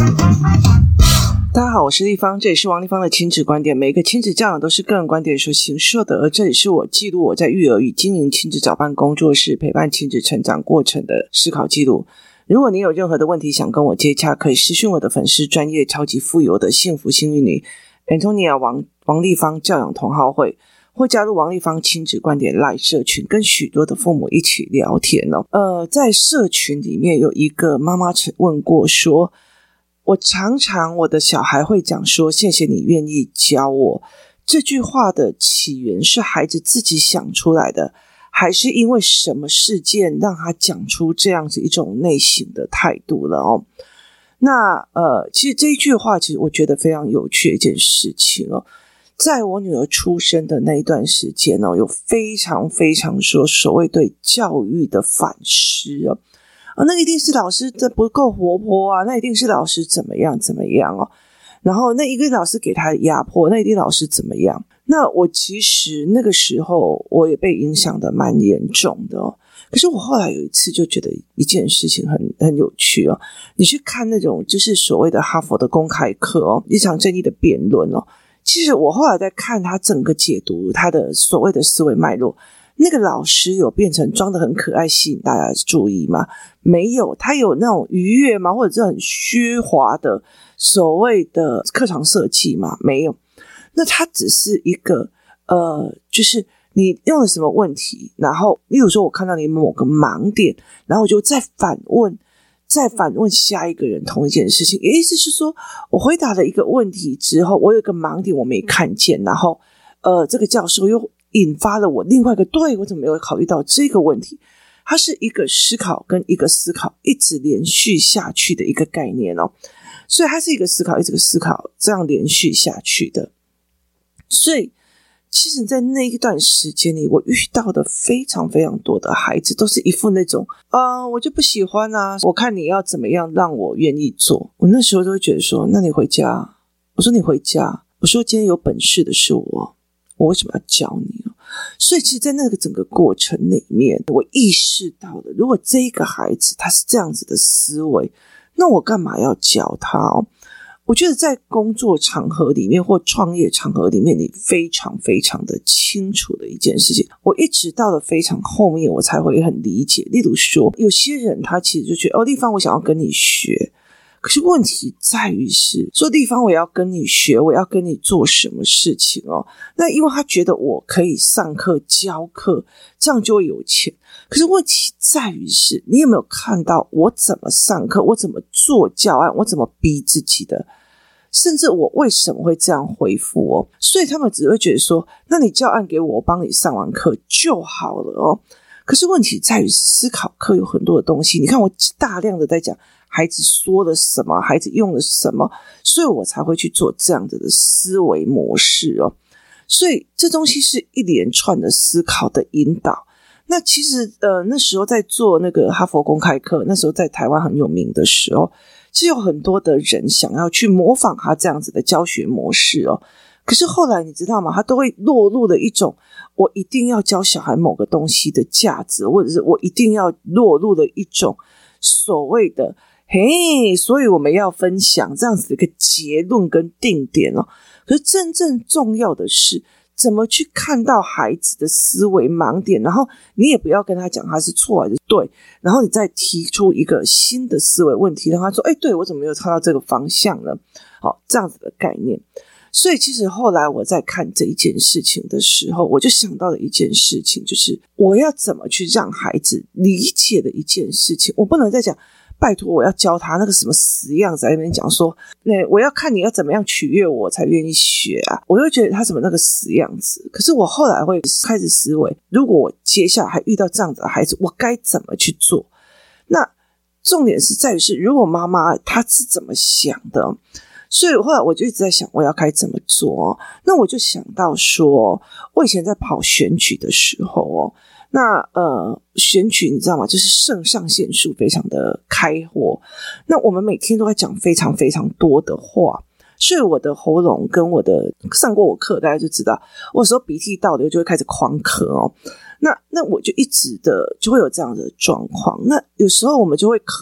大家好，我是立方，这里是王立方的亲子观点。每一个亲子教养都是个人观点所形设的，而这里是我记录我在育儿与经营亲子早班工作室陪伴亲子成长过程的思考记录。如果你有任何的问题想跟我接洽，可以私讯我的粉丝专业超级富有的幸福幸运女 Antonia 王立方教养同好会，或加入王立方亲子观点 LINE 社群，跟许多的父母一起聊天哦。在社群里面有一个妈妈问过说，我常常我的小孩会讲说谢谢你愿意教我，这句话的起源是孩子自己想出来的，还是因为什么事件让他讲出这样子一种内省的态度了哦？那其实这一句话其实我觉得非常有趣的一件事情哦。在我女儿出生的那一段时间有非常非常说所谓对教育的反思那一定是老师这不够活泼啊，那一定是老师怎么样怎么样然后那一个老师给他的压迫，那一定老师怎么样。那我其实那个时候我也被影响的蛮严重的可是我后来有一次就觉得一件事情很有趣你去看那种就是所谓的哈佛的公开课一场正义的辩论其实我后来在看他整个解读他的所谓的思维脉络，那个老师有变成装得很可爱吸引大家注意吗？没有，他有那种愉悦吗？或者是很虚华的所谓的课堂设计吗？没有。那他只是一个就是你用了什么问题，然后例如说我看到你某个盲点，然后我就再反问下一个人同一件事情，也意思是说我回答了一个问题之后，我有一个盲点我没看见，然后这个教授又引发了我另外一个对我怎么没有考虑到这个问题，它是一个思考跟一个思考一直连续下去的一个概念所以它是一个思考一直思考这样连续下去的。所以其实在那一段时间里，我遇到的非常非常多的孩子都是一副那种我就不喜欢啊，我看你要怎么样让我愿意做。我那时候都会觉得说那你回家，我说你回家，我说今天有本事的是我为什么要教你所以其实在那个整个过程里面，我意识到了如果这个孩子他是这样子的思维，那我干嘛要教他我觉得在工作场合里面或创业场合里面，你非常非常的清楚的一件事情，我一直到了非常后面我才会很理解。例如说有些人他其实就觉得立方我想要跟你学，可是问题在于是说地方我要跟你学，我要跟你做什么事情那因为他觉得我可以上课教课，这样就会有钱。可是问题在于是你有没有看到我怎么上课，我怎么做教案，我怎么逼自己的，甚至我为什么会这样回复所以他们只会觉得说那你教案给我，我帮你上完课就好了可是问题在于思考课有很多的东西，你看我大量的在讲孩子说了什么，孩子用了什么，所以我才会去做这样的思维模式所以这东西是一连串的思考的引导。那其实那时候在做那个哈佛公开课，那时候在台湾很有名的时候，其实有很多的人想要去模仿他这样子的教学模式可是后来你知道吗，他都会落入了一种我一定要教小孩某个东西的价值，或者是我一定要落入了一种所谓的所以我们要分享这样子的一个结论跟定点可是真正重要的是怎么去看到孩子的思维盲点，然后你也不要跟他讲他是错还是对，然后你再提出一个新的思维问题，让他说对，我怎么没有看到这个方向呢这样子的概念。所以其实后来我在看这一件事情的时候，我就想到了一件事情，就是我要怎么去让孩子理解的一件事情。我不能再讲拜托我要教他那个什么死样子，在那边讲说我要看你要怎么样取悦我才愿意学我就觉得他怎么那个死样子。可是我后来会开始思维，如果我接下来还遇到这样子的孩子，我该怎么去做。那重点是在于是如果妈妈她是怎么想的，所以后来我就一直在想我要该怎么做那我就想到说我以前在跑选举的时候那选举你知道吗，就是肾上腺素非常的开火，那我们每天都在讲非常非常多的话，所以我的喉咙跟我的上过我课大家就知道，我有时候鼻涕倒流就会开始狂咳那我就一直的就会有这样的状况。那有时候我们就会咳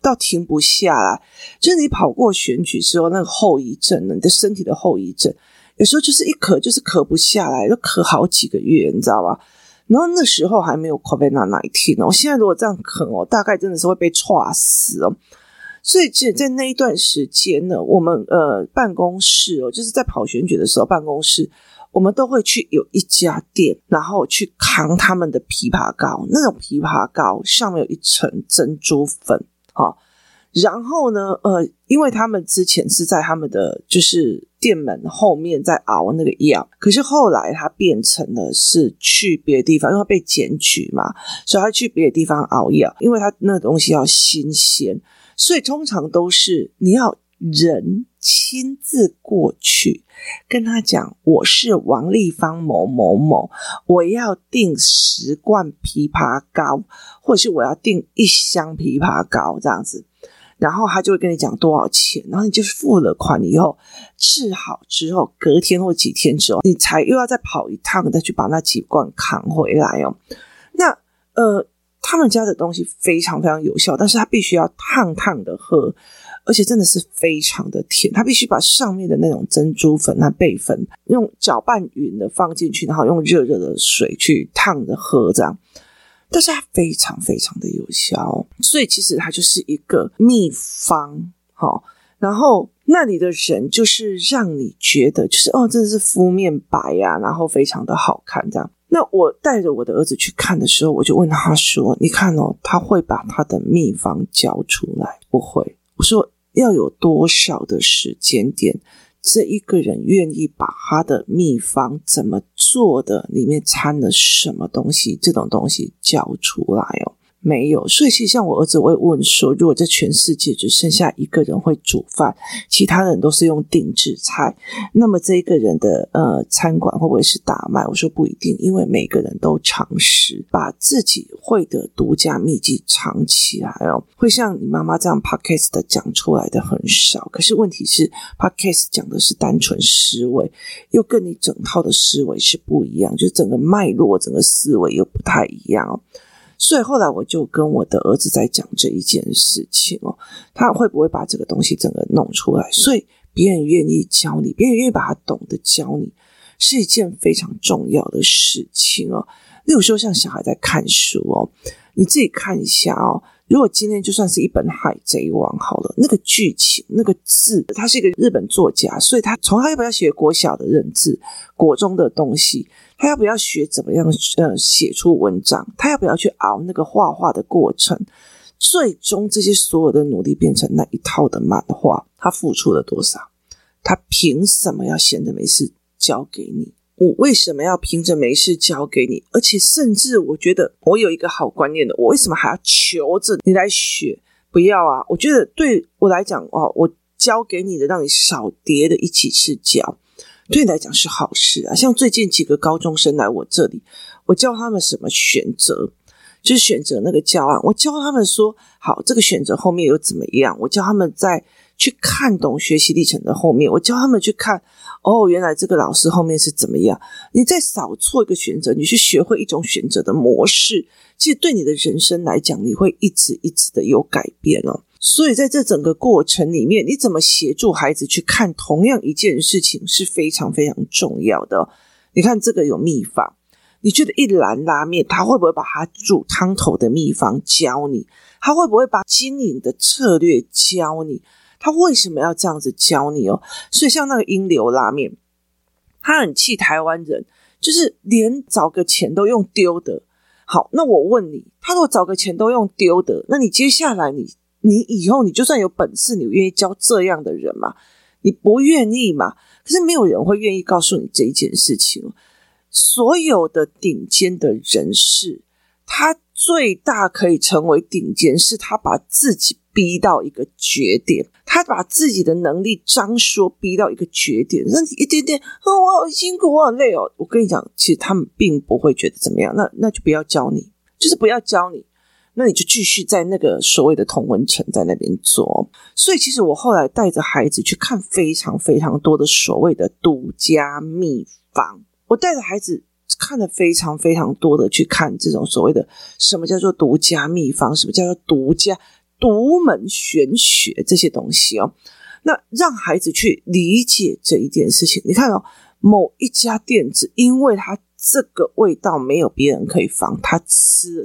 到停不下来，就是你跑过选举之后那个后遗症呢，你的身体的后遗症，有时候就是一咳就是咳不下来，就咳好几个月，你知道吧？然后那时候还没有 COVID-19 哦，现在如果这样咳哦，大概真的是会被剉死哦。所以其实在那一段时间呢，我们办公室哦，就是在跑选举的时候，办公室我们都会去有一家店，然后去扛他们的枇杷膏，那种枇杷膏上面有一层珍珠粉哦。然后呢因为他们之前是在他们的就是店门后面在熬那个药，可是后来他变成了是去别的地方，因为他被检举嘛，所以他去别的地方熬药，因为他那个东西要新鲜，所以通常都是你要人亲自过去跟他讲，我是王丽芳某某某，我要订10罐枇杷膏，或者是我要订1箱枇杷膏这样子，然后他就会跟你讲多少钱，然后你就是付了款以后治好之后，隔天或几天之后你才又要再跑一趟，再去把那几罐扛回来哦。那他们家的东西非常非常有效，但是他必须要烫烫的喝，而且真的是非常的甜，他必须把上面的那种珍珠粉和贝粉用搅拌匀的放进去，然后用热热的水去烫的喝这样，但是它非常非常的有效，所以其实它就是一个秘方然后那里的人就是让你觉得就是真的是敷面白啊，然后非常的好看这样。那我带着我的儿子去看的时候，我就问他说，你看他会把他的秘方教出来？不会。我说要有多少的时间点，这一个人愿意把他的秘方怎么做的，里面掺了什么东西，这种东西教出来没有。所以其实像我儿子我会问说，如果这全世界只剩下一个人会煮饭，其他人都是用定制菜，那么这一个人的餐馆会不会是大卖？我说不一定，因为每个人都尝试把自己会的独家秘籍藏起来会像你妈妈这样 podcast 的讲出来的很少，可是问题是 podcast 讲的是单纯思维，又跟你整套的思维是不一样，就是整个脉络整个思维又不太一样所以后来我就跟我的儿子在讲这一件事情他会不会把这个东西整个弄出来，所以别人愿意教你，别人愿意把他懂得教你，是一件非常重要的事情例如说像小孩在看书你自己看一下如果今天就算是一本海贼王好了，那个剧情那个字，他是一个日本作家，所以他要不要学国小的认字，国中的东西，他要不要学怎么样写出文章，他要不要去熬那个画画的过程，最终这些所有的努力变成那一套的漫画，他付出了多少？他凭什么要闲着没事教给你？我为什么要凭着没事教给你？而且甚至我觉得我有一个好观念的，我为什么还要求着你来学？不要啊！我觉得对我来讲我教给你的让你少跌的一起是教，对你来讲是好事啊。像最近几个高中生来我这里，我教他们什么选择，就是选择那个教案，我教他们说好这个选择后面有怎么样，我教他们在去看懂学习历程的后面，我教他们去看原来这个老师后面是怎么样，你再少错一个选择，你去学会一种选择的模式，其实对你的人生来讲你会一直一直的有改变所以在这整个过程里面，你怎么协助孩子去看同样一件事情是非常非常重要的你看这个有秘方，你觉得一兰拉面他会不会把他煮汤头的秘方教你？他会不会把经营的策略教你？他为什么要这样子教你所以像那个英流拉面，他很气台湾人，就是连找个钱都用丢的。好，那我问你，他如果找个钱都用丢的，那你接下来你以后你就算有本事，你愿意教这样的人吗？你不愿意嘛？可是没有人会愿意告诉你这一件事情所有的顶尖的人士，他最大可以成为顶尖，是他把自己逼到一个绝点，他把自己的能力张缩逼到一个绝点，身体一点点我好辛苦我好累我跟你讲，其实他们并不会觉得怎么样，那就不要教你，就是不要教你，那你就继续在那个所谓的同温层在那边做。所以其实我后来带着孩子去看非常非常多的所谓的独家秘方，我带着孩子看了非常非常多的去看这种所谓的什么叫做独家秘方，什么叫做独家独门玄学这些东西哦。那让孩子去理解这一件事情。你看哦，某一家店子，因为它这个味道没有别人可以仿，他吃了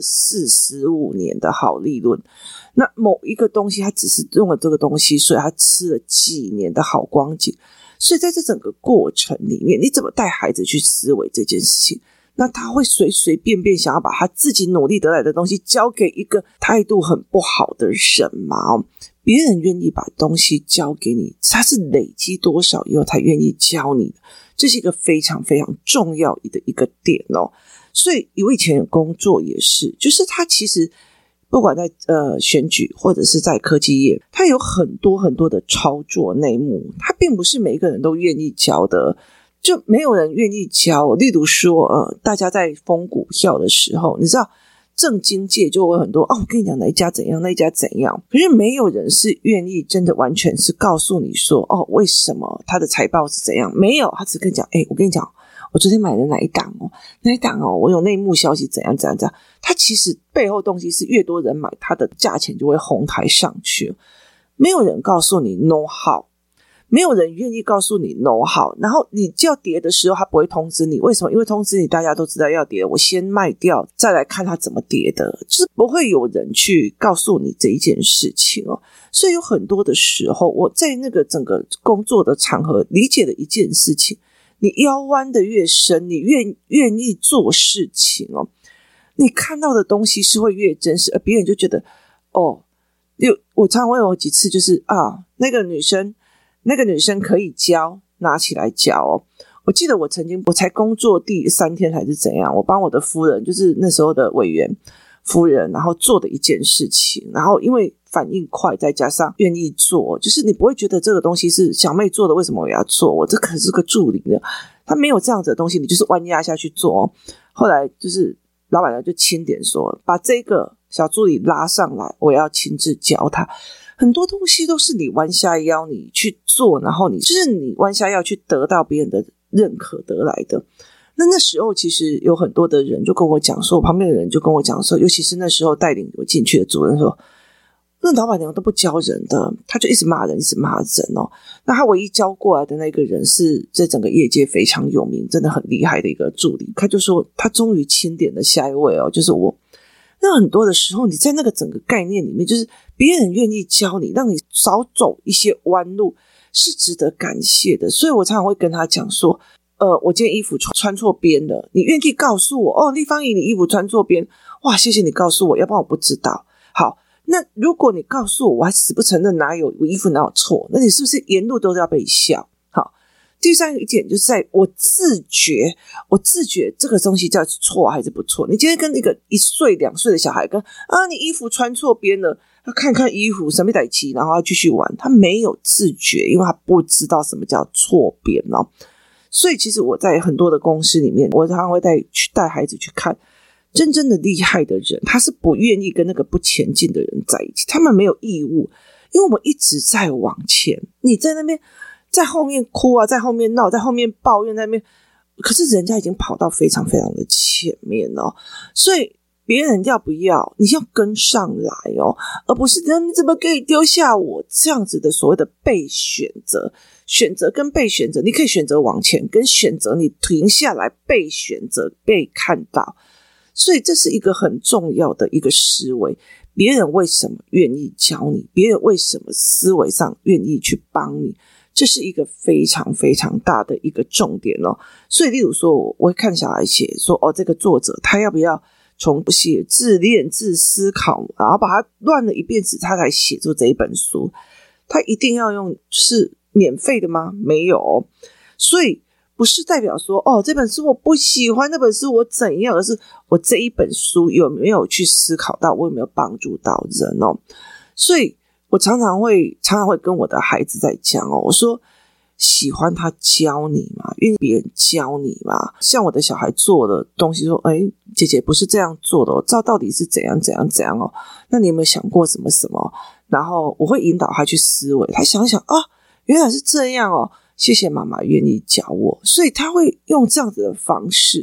45年的好利润。那某一个东西他只是用了这个东西，所以他吃了几年的好光景。所以在这整个过程里面，你怎么带孩子去思维这件事情？那他会随随便便想要把他自己努力得来的东西交给一个态度很不好的人吗？别人愿意把东西交给你，他是累积多少以后才愿意教你的，这是一个非常非常重要的一个点哦。所以我以前工作也是，就是他其实不管在选举或者是在科技业，他有很多很多的操作内幕，他并不是每一个人都愿意教的，就没有人愿意教。例如说大家在封股票的时候，你知道政经界就会很多我跟你讲哪一家怎样，那一家怎样，可是没有人是愿意真的完全是告诉你说为什么他的财报是怎样，没有，他只跟你讲我跟你讲我昨天买的哪一档我有内幕消息怎样怎样怎样。他其实背后东西是越多人买，他的价钱就会哄抬上去。没有人告诉你 know how，没有人愿意告诉你 know how， 然后你叫跌的时候他不会通知你，为什么？因为通知你大家都知道要跌，我先卖掉再来看它怎么跌的，就是不会有人去告诉你这一件事情哦。所以有很多的时候我在那个整个工作的场合理解了一件事情，你腰弯的越深，你愿意做事情哦，你看到的东西是会越真实，而别人就觉得我常常会有几次就是那个女生可以教，拿起来教哦。我记得我才工作第3天还是怎样，我帮我的夫人，就是那时候的委员夫人，然后做的一件事情，然后因为反应快再加上愿意做，就是你不会觉得这个东西是小妹做的，为什么我要做？我这可是个助理的，他没有这样子的东西，你就是弯压下去做哦。后来就是老板娘就钦点说，把这个小助理拉上来，我要亲自教他。很多东西都是你弯下腰你去做，然后你弯下腰去得到别人的认可得来的。那时候其实有很多的人就跟我讲说，我旁边的人就跟我讲说，尤其是那时候带领我进去的主任说，那老板娘都不教人的，他就一直骂人哦。那他唯一教过来的那个人是在整个业界非常有名，真的很厉害的一个助理，他就说他终于钦点了下一位哦，就是我。那很多的时候你在那个整个概念里面，就是别人愿意教你，让你少走一些弯路，是值得感谢的。所以我常常会跟他讲说我今天衣服穿错边了，你愿意告诉我立芳仪你衣服穿错边，哇谢谢你告诉我，要不然我不知道。好，那如果你告诉我，我还死不承认我衣服哪有错，那你是不是沿路都是要被笑？好，第三一点就是在我自觉这个东西叫错还是不错。你今天跟一个1岁2岁的小孩跟你衣服穿错边了，他看看衣服什么代志，然后他继续玩，他没有自觉，因为他不知道什么叫错边哦。所以其实我在很多的公司里面，我常常会带孩子去看真正的厉害的人，他是不愿意跟那个不前进的人在一起，他们没有义务，因为我们一直在往前，你在那边在后面哭在后面闹，在后面抱怨，在那边，可是人家已经跑到非常非常的前面哦。所以别人要不要，你要跟上来哦，而不是你怎么可以丢下我，这样子的所谓的被选择跟被选择，你可以选择往前，跟选择你停下来被选择被看到。所以这是一个很重要的一个思维，别人为什么愿意教你，别人为什么思维上愿意去帮你，这是一个非常非常大的一个重点哦。所以例如说我会看小孩写说这个作者他要不要从写字练字思考，然后把它乱了一遍子他才写出这一本书，他一定要用是免费的吗？没有。所以不是代表说这本书我不喜欢，那本书我怎样，而是我这一本书有没有去思考到，我有没有帮助到人哦。所以我常常会跟我的孩子在讲我说喜欢他教你吗？愿意别人教你吗？像我的小孩做的东西说姐姐不是这样做的到底是怎样那你有没有想过什么什么？然后我会引导他去思维，他想想原来是这样谢谢妈妈愿意教我。所以他会用这样子的方式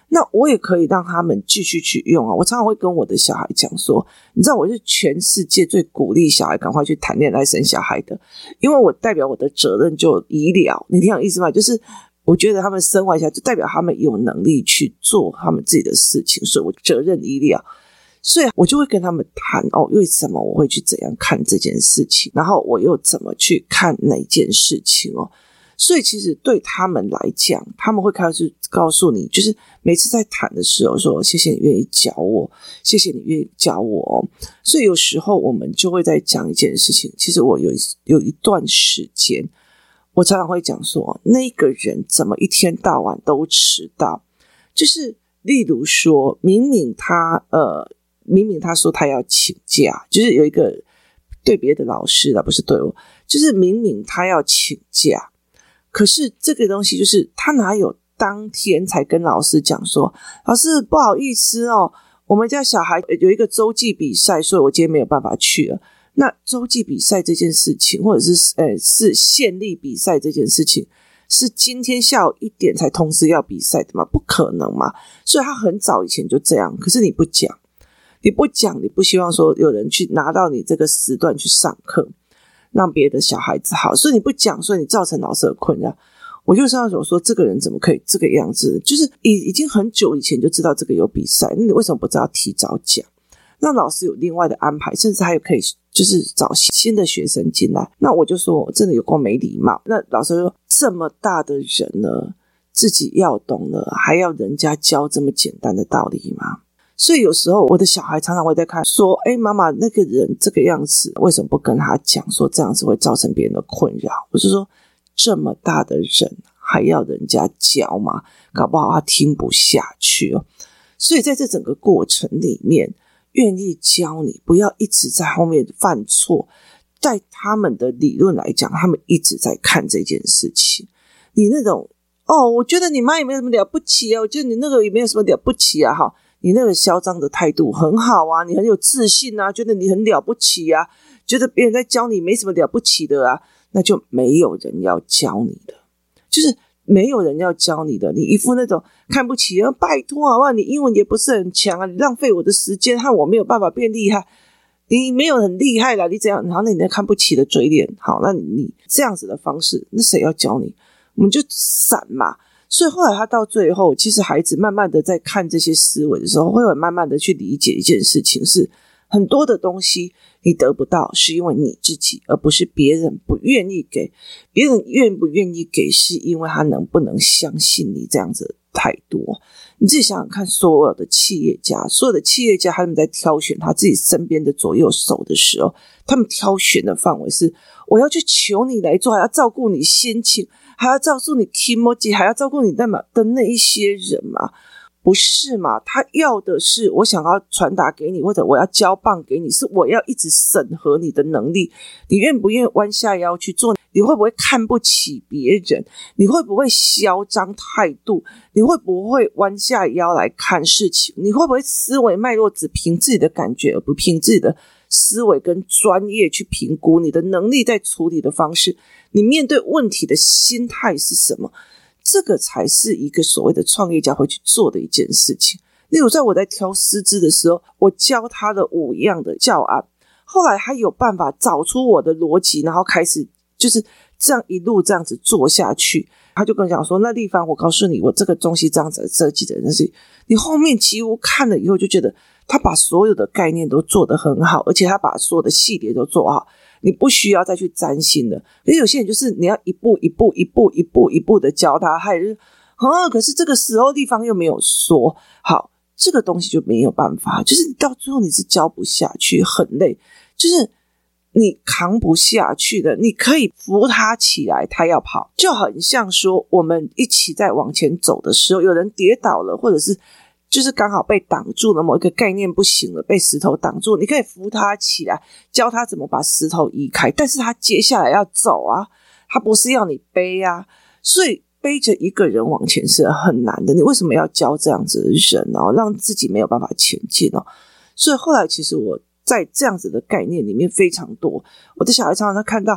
那我也可以让他们继续去用啊。我常常会跟我的小孩讲说，你知道我是全世界最鼓励小孩赶快去谈恋爱生小孩的，因为我代表我的责任就医疗，你听我意思吗？就是我觉得他们生完小孩就代表他们有能力去做他们自己的事情，所以我责任医疗。所以我就会跟他们谈为什么我会去怎样看这件事情，然后我又怎么去看哪件事情所以其实对他们来讲，他们会开始告诉你，就是每次在谈的时候说谢谢你愿意教我，谢谢你愿意教我所以有时候我们就会在讲一件事情，其实我有一段时间我常常会讲说，那个人怎么一天到晚都迟到，就是例如说明明他说他要请假，就是有一个对别的老师不是对我，就是明明他要请假，可是这个东西就是他哪有当天才跟老师讲说，老师不好意思我们家小孩有一个洲际比赛，所以我今天没有办法去了。那洲际比赛这件事情，或者是县立比赛这件事情，是今天下午1点才同时要比赛的吗？不可能嘛。所以他很早以前就这样，可是你不讲，你不希望说有人去拿到你这个时段去上课，让别的小孩子好，所以你不讲，所以你造成老师的困扰。我就是要说这个人怎么可以这个样子，就是已经很久以前就知道这个有比赛，那你为什么不知道提早讲，让老师有另外的安排，甚至还有可以就是找新的学生进来。那我就说我真的有够没礼貌。那老师说这么大的人了，自己要懂了，还要人家教这么简单的道理吗？所以有时候我的小孩常常会在看说，妈妈那个人这个样子为什么不跟他讲，说这样子会造成别人的困扰。我就说这么大的人还要人家教吗？搞不好他听不下去所以在这整个过程里面，愿意教你，不要一直在后面犯错。在他们的理论来讲，他们一直在看这件事情。你那种我觉得你妈也没有什么了不起我觉得你那个也没有什么了不起你那个嚣张的态度很好你很有自信觉得你很了不起觉得别人在教你没什么了不起的那就没有人要教你的，就是没有人要教你的。你一副那种看不起拜托好不好，你英文也不是很强你浪费我的时间，害我没有办法变厉害，你没有很厉害啦，你怎样，然后你那看不起的嘴脸，好，那你这样子的方式，那谁要教你？我们就闪嘛。所以后来他到最后，其实孩子慢慢的在看这些思维的时候，会慢慢的去理解一件事情，是很多的东西你得不到是因为你自己，而不是别人不愿意给。别人愿不愿意给是因为他能不能相信你这样子的态度。你自己想想看，所有的企业家他们在挑选他自己身边的左右手的时候，他们挑选的范围是我要去求你来做，还要照顾你心情，还要照顾你 kimoji， 还要照顾你的那一些人嘛，不是嘛？他要的是我想要传达给你，或者我要交棒给你，是我要一直审核你的能力，你愿不愿意弯下腰去做，你会不会看不起别人，你会不会嚣张态度，你会不会弯下腰来看事情，你会不会思维脉络只凭自己的感觉，而不凭自己的思维跟专业去评估你的能力，在处理的方式，你面对问题的心态是什么？这个才是一个所谓的创业家会去做的一件事情。例如在我在挑师资的时候，我教他的5样的教案，后来他有办法找出我的逻辑，然后开始就是这样一路这样子做下去。他就跟我讲说，那地方我告诉你，我这个东西这样子设计的，但是你后面几乎看了以后就觉得他把所有的概念都做得很好，而且他把所有的细节都做好，你不需要再去担心了。可是有些人就是你要一步一步的教他，可是这个时候地方又没有说好，这个东西就没有办法，就是到最后你是教不下去，很累，就是你扛不下去的，你可以扶他起来，他要跑，就很像说我们一起在往前走的时候，有人跌倒了，或者是就是刚好被挡住了，某一个概念不行了，被石头挡住，你可以扶他起来，教他怎么把石头移开，但是他接下来要走他不是要你背所以背着一个人往前是很难的，你为什么要教这样子的人让自己没有办法前进所以后来其实我在这样子的概念里面非常多，我的小孩常常看到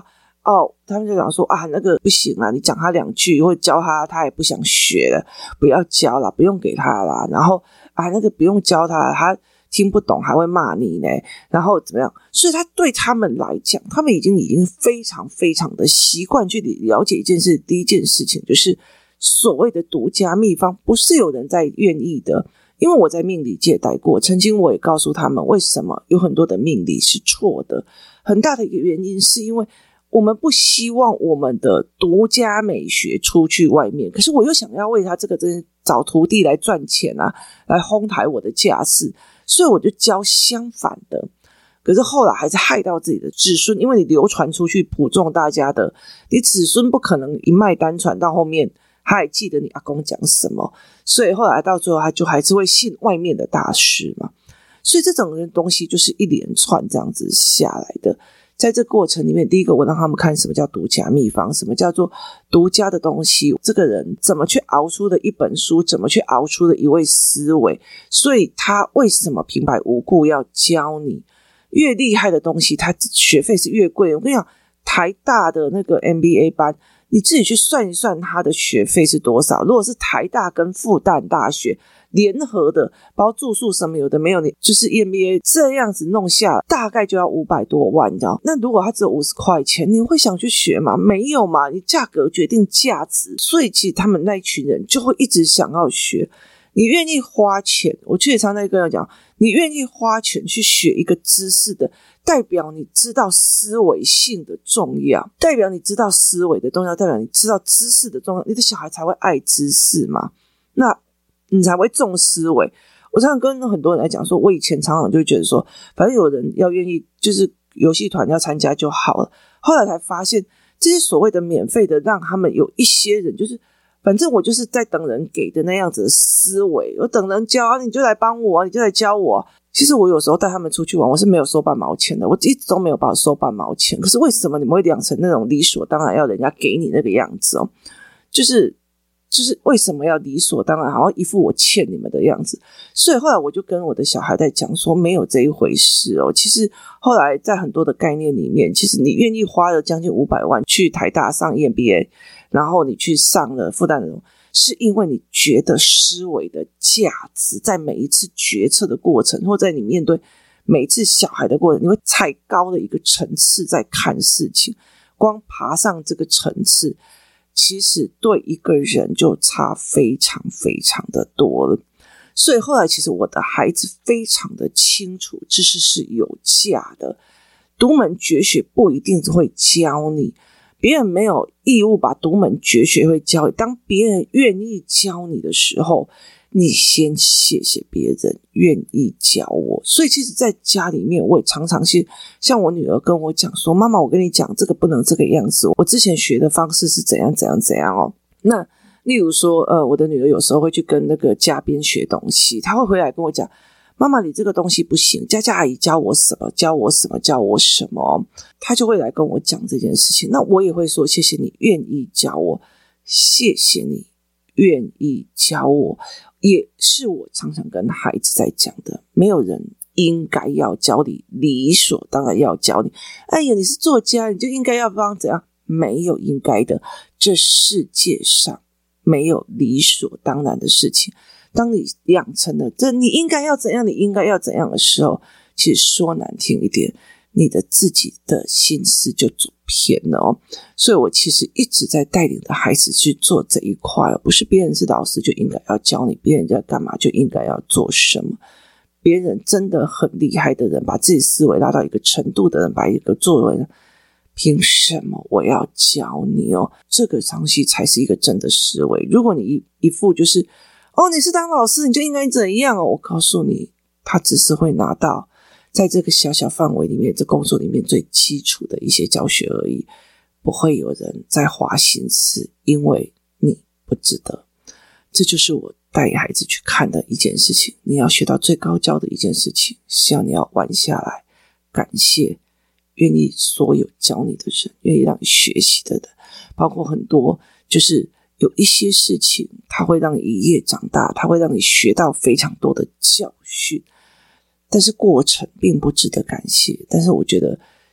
他们就讲说那个不行啦，你讲他2句或者教他也不想学了，不要教啦，不用给他啦，然后那个不用教他听不懂还会骂你呢，然后怎么样？所以他对他们来讲，他们已经非常非常的习惯去了解一件事。第一件事情就是所谓的独家秘方不是有人在愿意的，因为我在命理界待过，曾经我也告诉他们为什么有很多的命理是错的，很大的一个原因是因为我们不希望我们的独家美学出去外面，可是我又想要为他这个真找徒弟来赚钱来哄抬我的架势，所以我就教相反的。可是后来还是害到自己的子孙，因为你流传出去普众大家的，你子孙不可能一脉单传到后面他还记得你阿公讲什么，所以后来到最后他就还是会信外面的大师嘛。所以这种东西就是一连串这样子下来的。在这过程里面，第一个我让他们看什么叫独家秘方，什么叫做独家的东西，这个人怎么去熬出的一本书，怎么去熬出的一位思维，所以他为什么平白无故要教你。越厉害的东西他学费是越贵，我跟你讲台大的那个 MBA 班你自己去算一算他的学费是多少，如果是台大跟复旦大学联合的，包括住宿什么有的没有，你就是 EMBA 这样子弄下大概就要500多万，你知道？那如果他只有50块钱，你会想去学吗？没有嘛，你价格决定价值，所以其实他们那一群人就会一直想要学。你愿意花钱，我其实常在跟他讲，你愿意花钱去学一个知识的，代表你知道思维性的重要，代表你知道思维的重要，代表你知道知识的重要，你的小孩才会爱知识嘛，那你才会重思维。我常常跟很多人来讲说，我以前常常就会觉得说，反正有人要愿意就是游戏团要参加就好了，后来才发现这些所谓的免费的，让他们有一些人就是反正我就是在等人给的那样子的思维，我等人教你就来帮我你就来教我。其实我有时候带他们出去玩，我是没有收半毛钱的，我一直都没有把我收半毛钱。可是为什么你们会养成那种理所当然要人家给你那个样子哦？就是为什么要理所当然，好像一副我欠你们的样子。所以后来我就跟我的小孩在讲说，没有这一回事哦。其实后来在很多的概念里面，其实你愿意花了将近500万去台大上 EMBA， 然后你去上了复旦的，是因为你觉得思维的价值在每一次决策的过程，或在你面对每一次小孩的过程，你会踩高的一个层次在看事情，光爬上这个层次其实对一个人就差非常非常的多了。所以后来其实我的孩子非常的清楚，知识是有价的，独门绝学不一定会教你，别人没有义务把独门绝学会教你，当别人愿意教你的时候，你先谢谢别人愿意教我。所以其实在家里面我也常常像我女儿跟我讲说，妈妈我跟你讲这个不能这个样子，我之前学的方式是怎样怎样怎样哦。那例如说我的女儿有时候会去跟那个家边学东西，她会回来跟我讲，妈妈你这个东西不行，佳佳阿姨教我什么教我什么教我什么，她就会来跟我讲这件事情。那我也会说谢谢你愿意教我，谢谢你愿意教我，也是我常常跟孩子在讲的，没有人应该要教你，理所当然要教你，哎呀你是作家你就应该要帮怎样，没有应该的，这世界上没有理所当然的事情。当你养成了这你应该要怎样你应该要怎样的时候，其实说难听一点，你的自己的心思就走偏了哦。所以我其实一直在带领的孩子去做这一块，不是别人是老师就应该要教你，别人在干嘛就应该要做什么。别人真的很厉害的人，把自己思维拉到一个程度的人，把一个作为凭什么我要教你哦？这个东西才是一个真的思维。如果你一副就是你是当老师你就应该怎样哦，我告诉你，他只是会拿到在这个小小范围里面这工作里面最基础的一些教学而已，不会有人在花心思，因为你不值得。这就是我带孩子去看的一件事情，你要学到最高教的一件事情，是要你要玩下来，感谢愿意所有教你的人，愿意让你学习的人，包括很多就是有一些事情它会让你一夜长大，它会让你学到非常多的教训，但是过程并不值得感谢。但是我觉得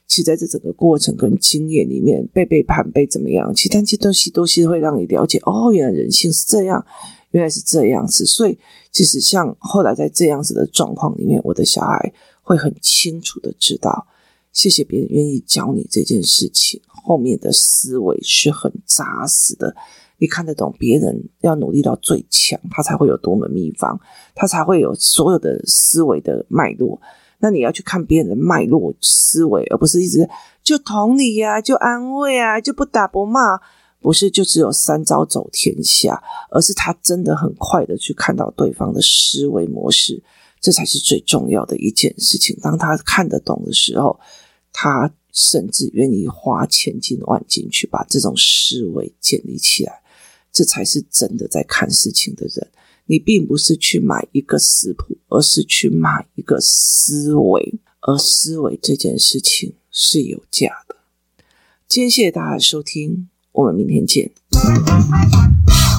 其实在这整个过程跟经验里面，被背叛被怎么样，其实但这些东西都是会让你了解，原来人性是这样，原来是这样子。所以其实像后来在这样子的状况里面，我的小孩会很清楚的知道，谢谢别人愿意教你这件事情，后面的思维是很扎实的，你看得懂别人要努力到最强，他才会有多门秘方，他才会有所有的思维的脉络。那你要去看别人的脉络思维，而不是一直就同理啊，就安慰啊，就不打不骂，不是就只有三招走天下，而是他真的很快的去看到对方的思维模式，这才是最重要的一件事情。当他看得懂的时候，他甚至愿意花千金万金去把这种思维建立起来，这才是真的在看事情的人。你并不是去买一个食谱，而是去买一个思维，而思维这件事情是有价的。今天谢谢大家的收听，我们明天见。